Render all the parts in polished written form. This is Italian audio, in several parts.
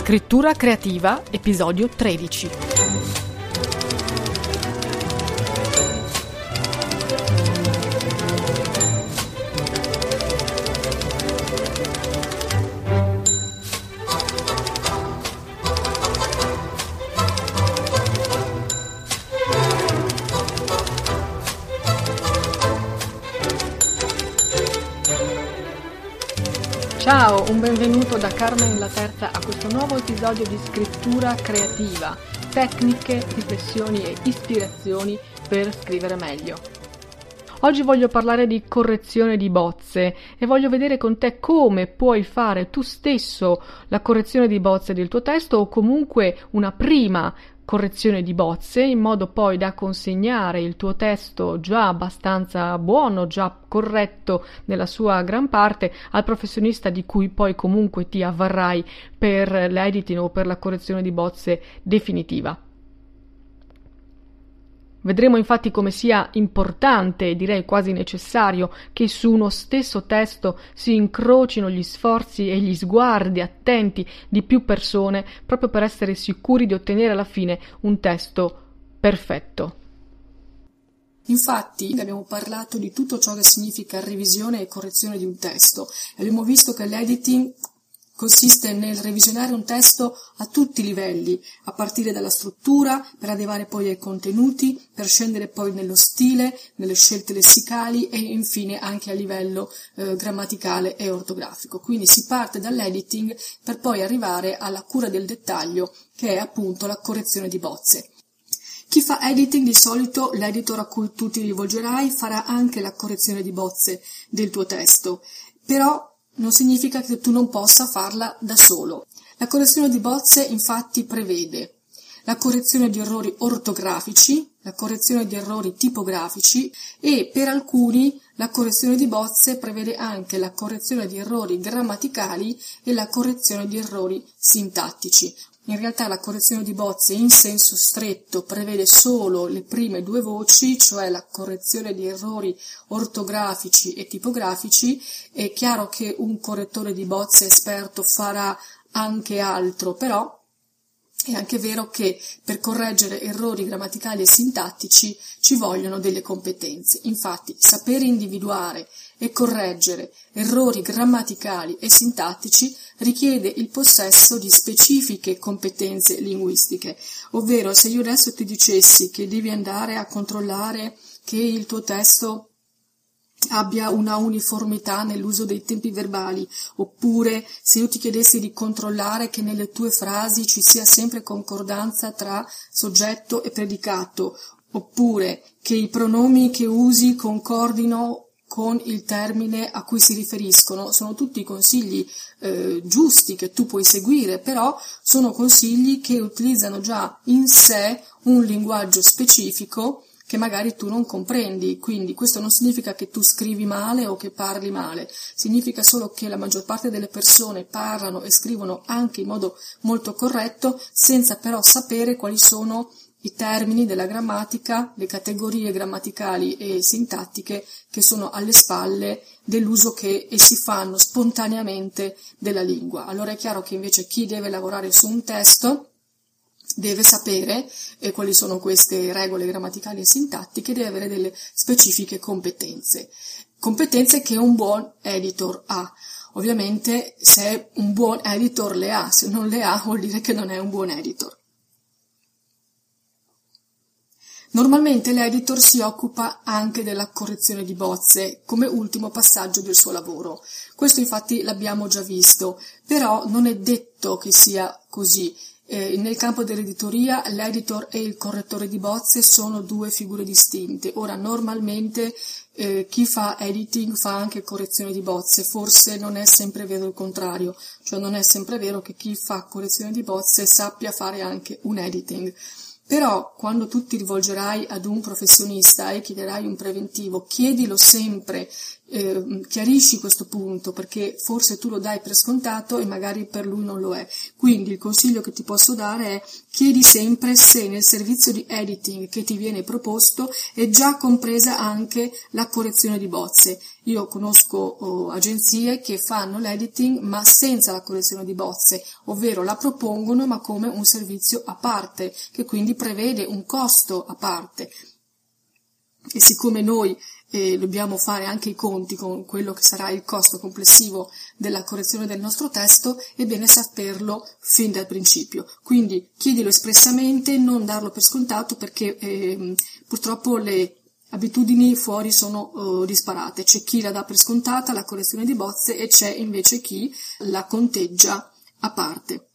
Scrittura creativa, episodio 13. Ciao, un benvenuto da Carmen La Terza a questo nuovo episodio di Scrittura creativa, tecniche, riflessioni e ispirazioni per scrivere meglio. Oggi voglio parlare di correzione di bozze e voglio vedere con te come puoi fare tu stesso la correzione di bozze del tuo testo o comunque una prima correzione di bozze in modo poi da consegnare il tuo testo già abbastanza buono, già corretto nella sua gran parte al professionista di cui poi comunque ti avvarrai per l'editing o per la correzione di bozze definitiva. Vedremo infatti come sia importante e direi quasi necessario che su uno stesso testo si incrocino gli sforzi e gli sguardi attenti di più persone proprio per essere sicuri di ottenere alla fine un testo perfetto. Infatti abbiamo parlato di tutto ciò che significa revisione e correzione di un testo. Abbiamo visto che l'editing consiste nel revisionare un testo a tutti i livelli, a partire dalla struttura, per arrivare poi ai contenuti, per scendere poi nello stile, nelle scelte lessicali e infine anche a livello grammaticale e ortografico. Quindi si parte dall'editing per poi arrivare alla cura del dettaglio, che è appunto la correzione di bozze. Chi fa editing, di solito l'editor a cui tu ti rivolgerai, farà anche la correzione di bozze del tuo testo, però non significa che tu non possa farla da solo. La correzione di bozze infatti prevede la correzione di errori ortografici, la correzione di errori tipografici e per alcuni la correzione di bozze prevede anche la correzione di errori grammaticali e la correzione di errori sintattici. In realtà la correzione di bozze in senso stretto prevede solo le prime due voci, cioè la correzione di errori ortografici e tipografici. È chiaro che un correttore di bozze esperto farà anche altro, però è anche vero che per correggere errori grammaticali e sintattici ci vogliono delle competenze. Infatti, sapere individuare e correggere errori grammaticali e sintattici richiede il possesso di specifiche competenze linguistiche, ovvero se io adesso ti dicessi che devi andare a controllare che il tuo testo abbia una uniformità nell'uso dei tempi verbali, oppure se io ti chiedessi di controllare che nelle tue frasi ci sia sempre concordanza tra soggetto e predicato, oppure che i pronomi che usi concordino con il termine a cui si riferiscono, sono tutti consigli giusti che tu puoi seguire, però sono consigli che utilizzano già in sé un linguaggio specifico che magari tu non comprendi, quindi questo non significa che tu scrivi male o che parli male, significa solo che la maggior parte delle persone parlano e scrivono anche in modo molto corretto, senza però sapere quali sono i termini della grammatica, le categorie grammaticali e sintattiche che sono alle spalle dell'uso che essi fanno spontaneamente della lingua. Allora è chiaro che invece chi deve lavorare su un testo deve sapere quali sono queste regole grammaticali e sintattiche, deve avere delle specifiche competenze che un buon editor ha. Ovviamente se un buon editor le ha, se non le ha vuol dire che non è un buon editor. Normalmente l'editor si occupa anche della correzione di bozze come ultimo passaggio del suo lavoro. Questo infatti l'abbiamo già visto, però non è detto che sia così. Nel campo dell'editoria l'editor e il correttore di bozze sono due figure distinte. Ora normalmente chi fa editing fa anche correzione di bozze, forse non è sempre vero il contrario, cioè non è sempre vero che chi fa correzione di bozze sappia fare anche un editing. Però quando tu ti rivolgerai ad un professionista e chiederai un preventivo, chiedilo sempre, chiarisci questo punto, perché forse tu lo dai per scontato e magari per lui non lo è. Quindi il consiglio che ti posso dare è: chiedi sempre se nel servizio di editing che ti viene proposto è già compresa anche la correzione di bozze, Io conosco agenzie che fanno l'editing ma senza la correzione di bozze, ovvero la propongono ma come un servizio a parte, che quindi prevede un costo a parte. E siccome noi dobbiamo fare anche i conti con quello che sarà il costo complessivo della correzione del nostro testo, è bene saperlo fin dal principio. Quindi chiedilo espressamente, non darlo per scontato, perché purtroppo le abitudini fuori sono disparate. C'è chi la dà per scontata, la correzione di bozze, e c'è invece chi la conteggia a parte.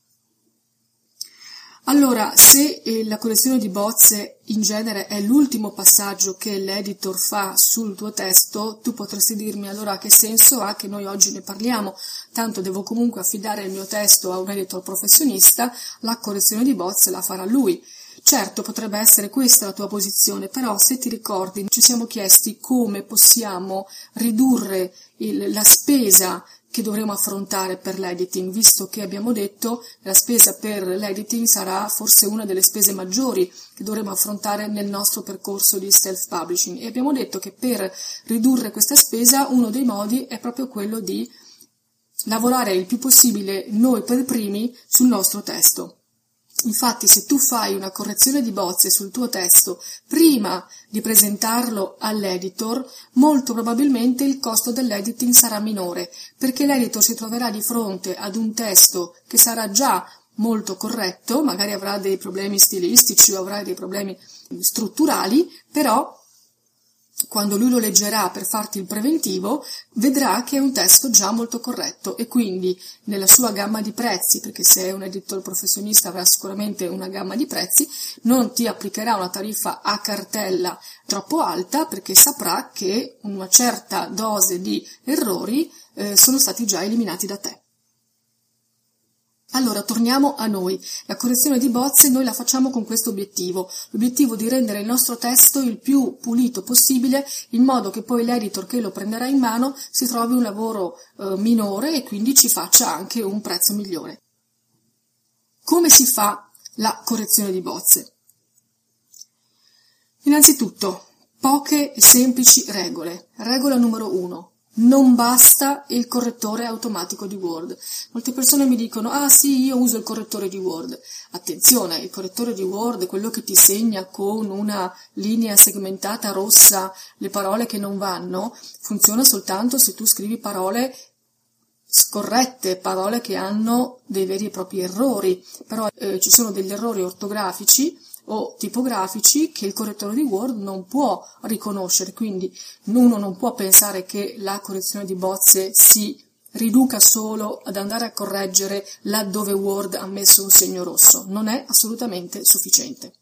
Allora, se la correzione di bozze in genere è l'ultimo passaggio che l'editor fa sul tuo testo, tu potresti dirmi: allora che senso ha che noi oggi ne parliamo? Tanto devo comunque affidare il mio testo a un editor professionista, la correzione di bozze la farà lui. Certo, potrebbe essere questa la tua posizione, però se ti ricordi ci siamo chiesti come possiamo ridurre la spesa che dovremo affrontare per l'editing, visto che abbiamo detto la spesa per l'editing sarà forse una delle spese maggiori che dovremo affrontare nel nostro percorso di self-publishing, e abbiamo detto che per ridurre questa spesa uno dei modi è proprio quello di lavorare il più possibile noi per primi sul nostro testo. Infatti, se tu fai una correzione di bozze sul tuo testo prima di presentarlo all'editor, molto probabilmente il costo dell'editing sarà minore, perché l'editor si troverà di fronte ad un testo che sarà già molto corretto, magari avrà dei problemi stilistici o avrà dei problemi strutturali, però quando lui lo leggerà per farti il preventivo, vedrà che è un testo già molto corretto, e quindi nella sua gamma di prezzi, perché se è un editor professionista avrà sicuramente una gamma di prezzi, non ti applicherà una tariffa a cartella troppo alta, perché saprà che una certa dose di errori sono stati già eliminati da te. Allora, torniamo a noi. La correzione di bozze noi la facciamo con questo obiettivo, l'obiettivo di rendere il nostro testo il più pulito possibile, in modo che poi l'editor che lo prenderà in mano si trovi un lavoro minore e quindi ci faccia anche un prezzo migliore. Come si fa la correzione di bozze? Innanzitutto, poche e semplici regole. Regola numero 1. Non basta il correttore automatico di Word. Molte persone mi dicono: ah sì, io uso il correttore di Word. Attenzione, il correttore di Word, quello che ti segna con una linea segmentata rossa le parole che non vanno, funziona soltanto se tu scrivi parole scorrette, parole che hanno dei veri e propri errori. Però ci sono degli errori ortografici o tipografici che il correttore di Word non può riconoscere, quindi uno non può pensare che la correzione di bozze si riduca solo ad andare a correggere laddove Word ha messo un segno rosso. Non è assolutamente sufficiente.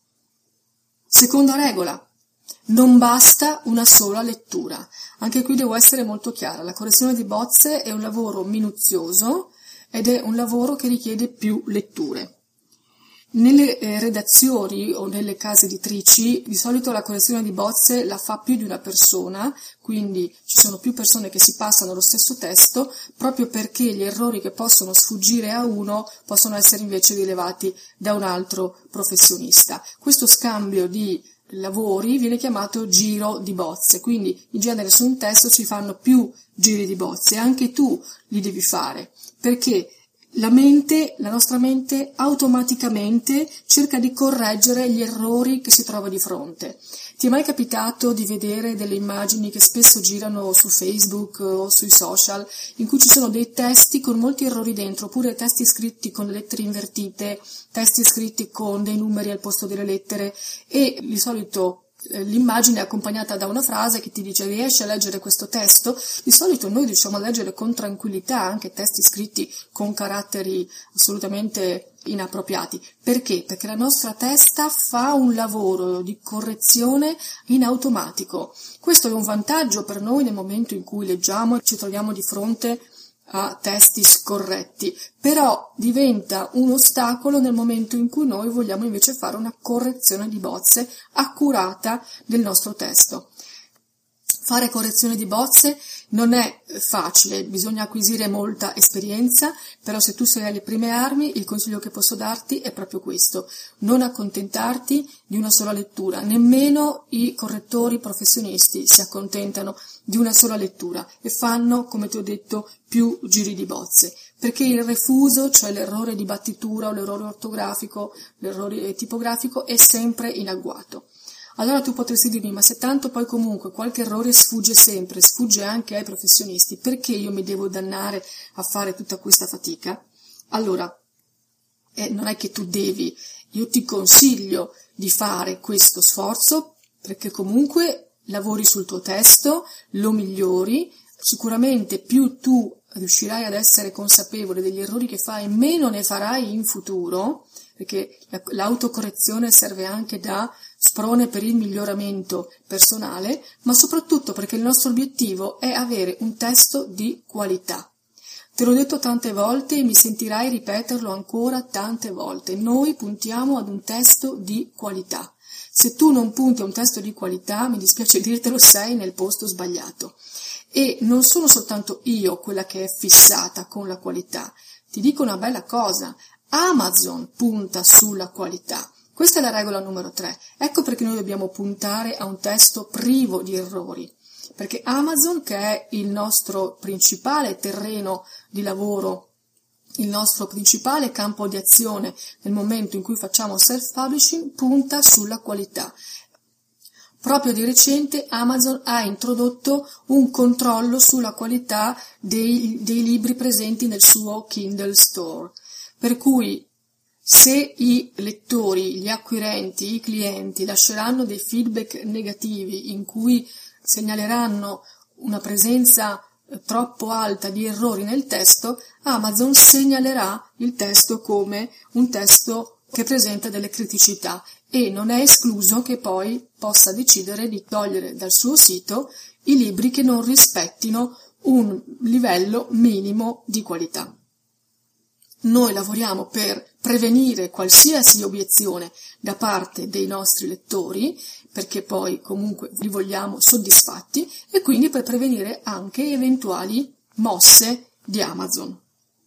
Seconda regola: non basta una sola lettura. Anche qui devo essere molto chiara: la correzione di bozze è un lavoro minuzioso ed è un lavoro che richiede più letture. Nelle redazioni o nelle case editrici di solito la correzione di bozze la fa più di una persona, quindi ci sono più persone che si passano lo stesso testo, proprio perché gli errori che possono sfuggire a uno possono essere invece rilevati da un altro professionista. Questo scambio di lavori viene chiamato giro di bozze, quindi in genere su un testo si fanno più giri di bozze, anche tu li devi fare, perché la nostra mente automaticamente cerca di correggere gli errori che si trova di fronte. Ti è mai capitato di vedere delle immagini che spesso girano su Facebook o sui social, in cui ci sono dei testi con molti errori dentro, oppure testi scritti con le lettere invertite, testi scritti con dei numeri al posto delle lettere, e di solito l'immagine è accompagnata da una frase che ti dice: riesci a leggere questo testo? Di solito noi riusciamo a leggere con tranquillità anche testi scritti con caratteri assolutamente inappropriati. Perché? Perché la nostra testa fa un lavoro di correzione in automatico. Questo è un vantaggio per noi nel momento in cui leggiamo e ci troviamo di fronte a testi scorretti, però diventa un ostacolo nel momento in cui noi vogliamo invece fare una correzione di bozze accurata del nostro testo. Fare correzione di bozze non è facile, bisogna acquisire molta esperienza, però se tu sei alle prime armi, il consiglio che posso darti è proprio questo: non accontentarti di una sola lettura, nemmeno i correttori professionisti si accontentano di una sola lettura e fanno, come ti ho detto, più giri di bozze, perché il refuso, cioè l'errore di battitura o l'errore ortografico, l'errore tipografico, è sempre in agguato. Allora tu potresti dirmi, ma se tanto poi comunque qualche errore sfugge sempre, sfugge anche ai professionisti, perché io mi devo dannare a fare tutta questa fatica? Allora, non è che tu devi, io ti consiglio di fare questo sforzo, perché comunque lavori sul tuo testo, lo migliori, sicuramente più tu riuscirai ad essere consapevole degli errori che fai, meno ne farai in futuro, perché l'autocorrezione serve anche da sprone per il miglioramento personale, ma soprattutto perché il nostro obiettivo è avere un testo di qualità. Te l'ho detto tante volte e mi sentirai ripeterlo ancora tante volte. Noi puntiamo ad un testo di qualità. Se tu non punti a un testo di qualità, mi dispiace dirtelo, sei nel posto sbagliato. E non sono soltanto io quella che è fissata con la qualità. Ti dico una bella cosa: Amazon punta sulla qualità. Questa è la regola numero 3. Ecco perché noi dobbiamo puntare a un testo privo di errori. Perché Amazon, che è il nostro principale terreno di lavoro, il nostro principale campo di azione nel momento in cui facciamo self-publishing, punta sulla qualità. Proprio di recente Amazon ha introdotto un controllo sulla qualità dei libri presenti nel suo Kindle Store. Per cui se i lettori, gli acquirenti, i clienti lasceranno dei feedback negativi in cui segnaleranno una presenza troppo alta di errori nel testo, Amazon segnalerà il testo come un testo che presenta delle criticità e non è escluso che poi possa decidere di togliere dal suo sito i libri che non rispettino un livello minimo di qualità. Noi lavoriamo per prevenire qualsiasi obiezione da parte dei nostri lettori, perché poi comunque li vogliamo soddisfatti, e quindi per prevenire anche eventuali mosse di Amazon.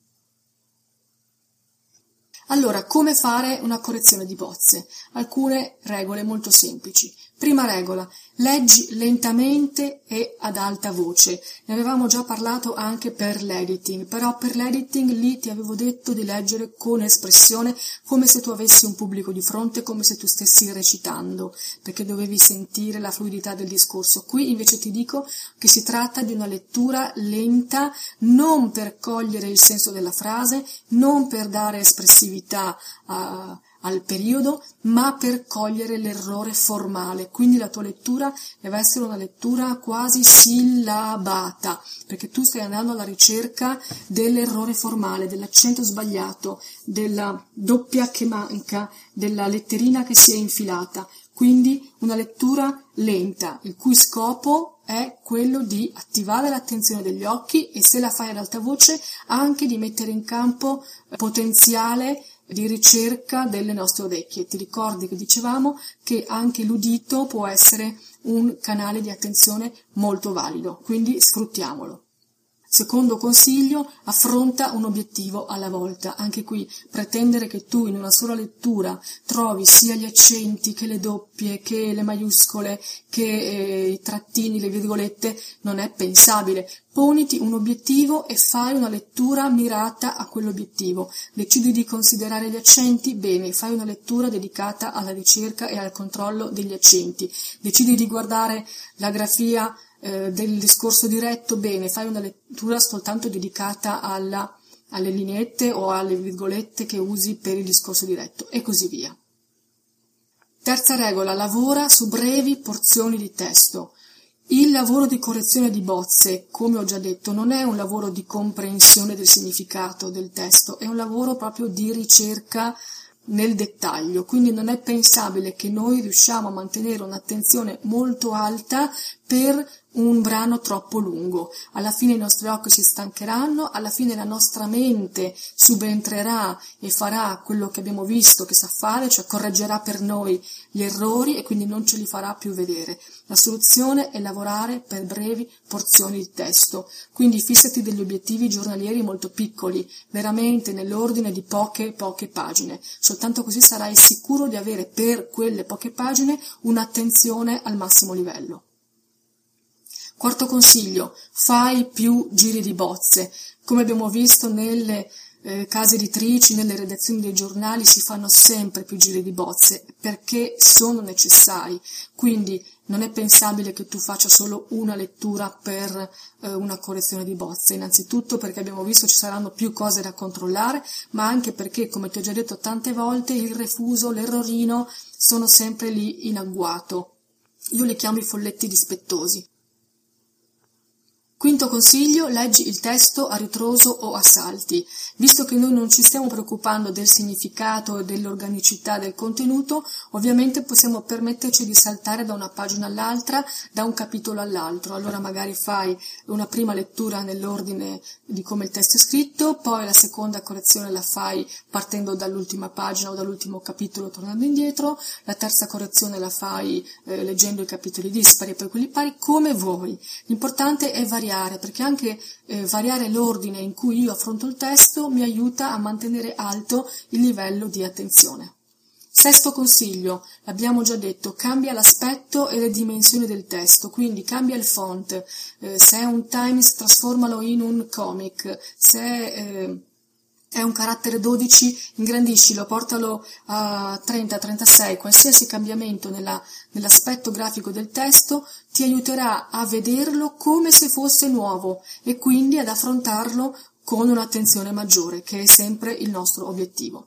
Allora, come fare una correzione di bozze? Alcune regole molto semplici. Prima regola: leggi lentamente e ad alta voce. Ne avevamo già parlato anche per l'editing, però per l'editing lì ti avevo detto di leggere con espressione, come se tu avessi un pubblico di fronte, come se tu stessi recitando, perché dovevi sentire la fluidità del discorso. Qui invece ti dico che si tratta di una lettura lenta, non per cogliere il senso della frase, non per dare espressività al periodo, ma per cogliere l'errore formale. Quindi la tua lettura deve essere una lettura quasi sillabata, perché tu stai andando alla ricerca dell'errore formale, dell'accento sbagliato, della doppia che manca, della letterina che si è infilata. Quindi una lettura lenta, il cui scopo è quello di attivare l'attenzione degli occhi e, se la fai ad alta voce, anche di mettere in campo potenziale di ricerca delle nostre orecchie. Ti ricordi che dicevamo che anche l'udito può essere un canale di attenzione molto valido, quindi sfruttiamolo. Secondo consiglio: affronta un obiettivo alla volta. Anche qui, pretendere che tu in una sola lettura trovi sia gli accenti che le doppie, che le maiuscole, che i trattini, le virgolette, non è pensabile. Poniti un obiettivo e fai una lettura mirata a quell'obiettivo. Decidi di considerare gli accenti? Bene, fai una lettura dedicata alla ricerca e al controllo degli accenti. Decidi di guardare la grafia del discorso diretto? Bene, fai una lettura soltanto dedicata alle lineette o alle virgolette che usi per il discorso diretto, e così via. Terza regola: lavora su brevi porzioni di testo. Il lavoro di correzione di bozze, come ho già detto, non è un lavoro di comprensione del significato del testo, è un lavoro proprio di ricerca nel dettaglio, quindi non è pensabile che noi riusciamo a mantenere un'attenzione molto alta per un brano troppo lungo. Alla fine i nostri occhi si stancheranno, alla fine la nostra mente subentrerà e farà quello che abbiamo visto che sa fare, cioè correggerà per noi gli errori e quindi non ce li farà più vedere. La soluzione è lavorare per brevi porzioni di testo, quindi fissati degli obiettivi giornalieri molto piccoli, veramente nell'ordine di poche pagine. Soltanto così sarai sicuro di avere per quelle poche pagine un'attenzione al massimo livello. Quarto consiglio, fai più giri di bozze. Come abbiamo visto nelle case editrici, nelle redazioni dei giornali si fanno sempre più giri di bozze perché sono necessari. Quindi non è pensabile che tu faccia solo una lettura per una correzione di bozze. Innanzitutto perché abbiamo visto ci saranno più cose da controllare, ma anche perché, come ti ho già detto tante volte, il refuso, l'errorino sono sempre lì in agguato. Io li chiamo i folletti dispettosi. Quinto consiglio, leggi il testo a ritroso o a salti. Visto che noi non ci stiamo preoccupando del significato e dell'organicità del contenuto, ovviamente possiamo permetterci di saltare da una pagina all'altra, da un capitolo all'altro. Allora magari fai una prima lettura nell'ordine di come il testo è scritto, poi la seconda correzione la fai partendo dall'ultima pagina o dall'ultimo capitolo tornando indietro, la terza correzione la fai leggendo i capitoli dispari e poi quelli pari, come vuoi. L'importante è variare, perché anche variare l'ordine in cui io affronto il testo mi aiuta a mantenere alto il livello di attenzione. Sesto consiglio, l'abbiamo già detto, cambia l'aspetto e le dimensioni del testo, quindi cambia il font, se è un Times trasformalo in un comic, se è un carattere 12, ingrandiscilo, portalo a 30, 36, qualsiasi cambiamento nell'aspetto grafico del testo ti aiuterà a vederlo come se fosse nuovo e quindi ad affrontarlo con un'attenzione maggiore, che è sempre il nostro obiettivo.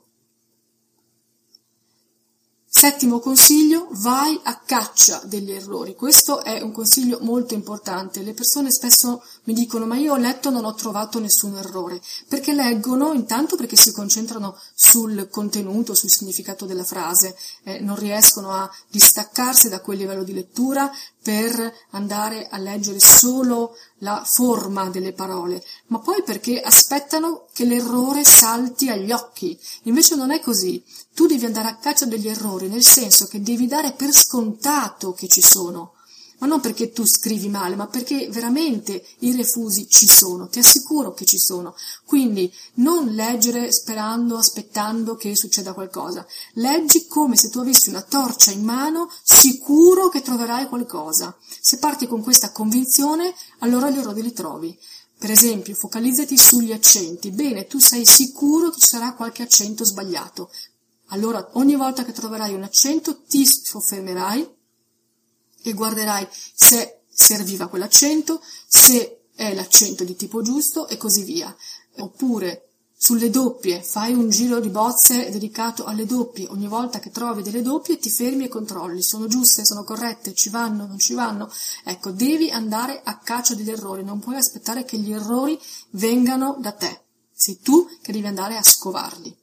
Settimo consiglio, vai a caccia degli errori. Questo è un consiglio molto importante. Le persone spesso mi dicono ma io ho letto e non ho trovato nessun errore. Perché leggono, intanto perché si concentrano sul contenuto, sul significato della frase, non riescono a distaccarsi da quel livello di lettura per andare a leggere solo la forma delle parole, ma poi perché aspettano che l'errore salti agli occhi. Invece non è così. Tu devi andare a caccia degli errori, nel senso che devi dare per scontato che ci sono, ma non perché tu scrivi male, ma perché veramente i refusi ci sono, ti assicuro che ci sono. Quindi non leggere aspettando che succeda qualcosa. Leggi come se tu avessi una torcia in mano, sicuro che troverai qualcosa. Se parti con questa convinzione, allora gli errori li trovi. Per esempio, focalizzati sugli accenti. Bene, tu sei sicuro che ci sarà qualche accento sbagliato. Allora, ogni volta che troverai un accento, ti soffermerai e guarderai se serviva quell'accento, se è l'accento di tipo giusto e così via. Oppure, sulle doppie, fai un giro di bozze dedicato alle doppie. Ogni volta che trovi delle doppie ti fermi e controlli. Sono giuste, sono corrette, ci vanno, non ci vanno? Ecco, devi andare a caccia degli errori. Non puoi aspettare che gli errori vengano da te. Sei tu che devi andare a scovarli.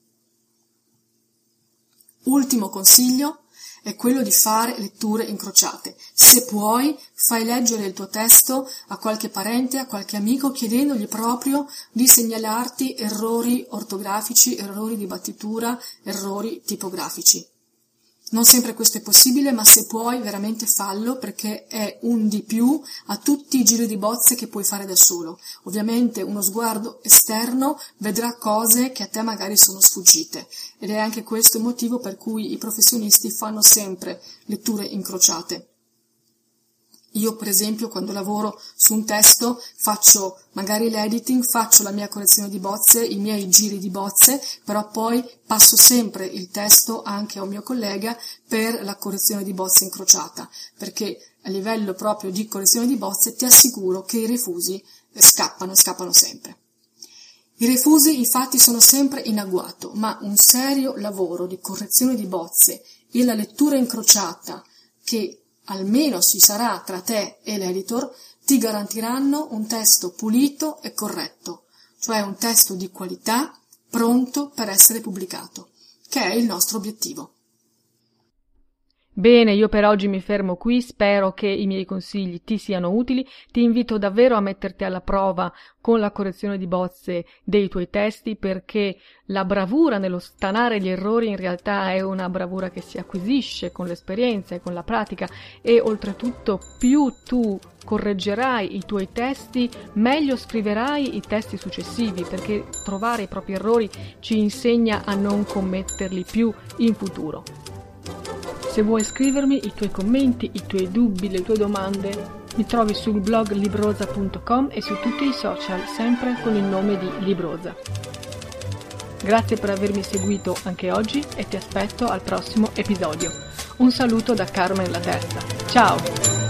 Ultimo consiglio è quello di fare letture incrociate. Se puoi, fai leggere il tuo testo a qualche parente, a qualche amico, chiedendogli proprio di segnalarti errori ortografici, errori di battitura, errori tipografici. Non sempre questo è possibile, ma se puoi veramente fallo, perché è un di più a tutti i giri di bozze che puoi fare da solo. Ovviamente uno sguardo esterno vedrà cose che a te magari sono sfuggite, ed è anche questo il motivo per cui i professionisti fanno sempre letture incrociate. Io, per esempio, quando lavoro su un testo, faccio magari l'editing, faccio la mia correzione di bozze, i miei giri di bozze, però poi passo sempre il testo anche a un mio collega per la correzione di bozze incrociata, perché a livello proprio di correzione di bozze ti assicuro che i refusi scappano sempre. I refusi infatti sono sempre in agguato, ma un serio lavoro di correzione di bozze e la lettura incrociata che almeno ci sarà tra te e l'editor, ti garantiranno un testo pulito e corretto, cioè un testo di qualità pronto per essere pubblicato, che è il nostro obiettivo. Bene, io per oggi mi fermo qui, spero che i miei consigli ti siano utili, ti invito davvero a metterti alla prova con la correzione di bozze dei tuoi testi, perché la bravura nello stanare gli errori in realtà è una bravura che si acquisisce con l'esperienza e con la pratica, e oltretutto più tu correggerai i tuoi testi, meglio scriverai i testi successivi, perché trovare i propri errori ci insegna a non commetterli più in futuro. Se vuoi scrivermi i tuoi commenti, i tuoi dubbi, le tue domande, mi trovi sul blog libroza.com e su tutti i social, sempre con il nome di Libroza. Grazie per avermi seguito anche oggi e ti aspetto al prossimo episodio. Un saluto da Carmen la Terza. Ciao!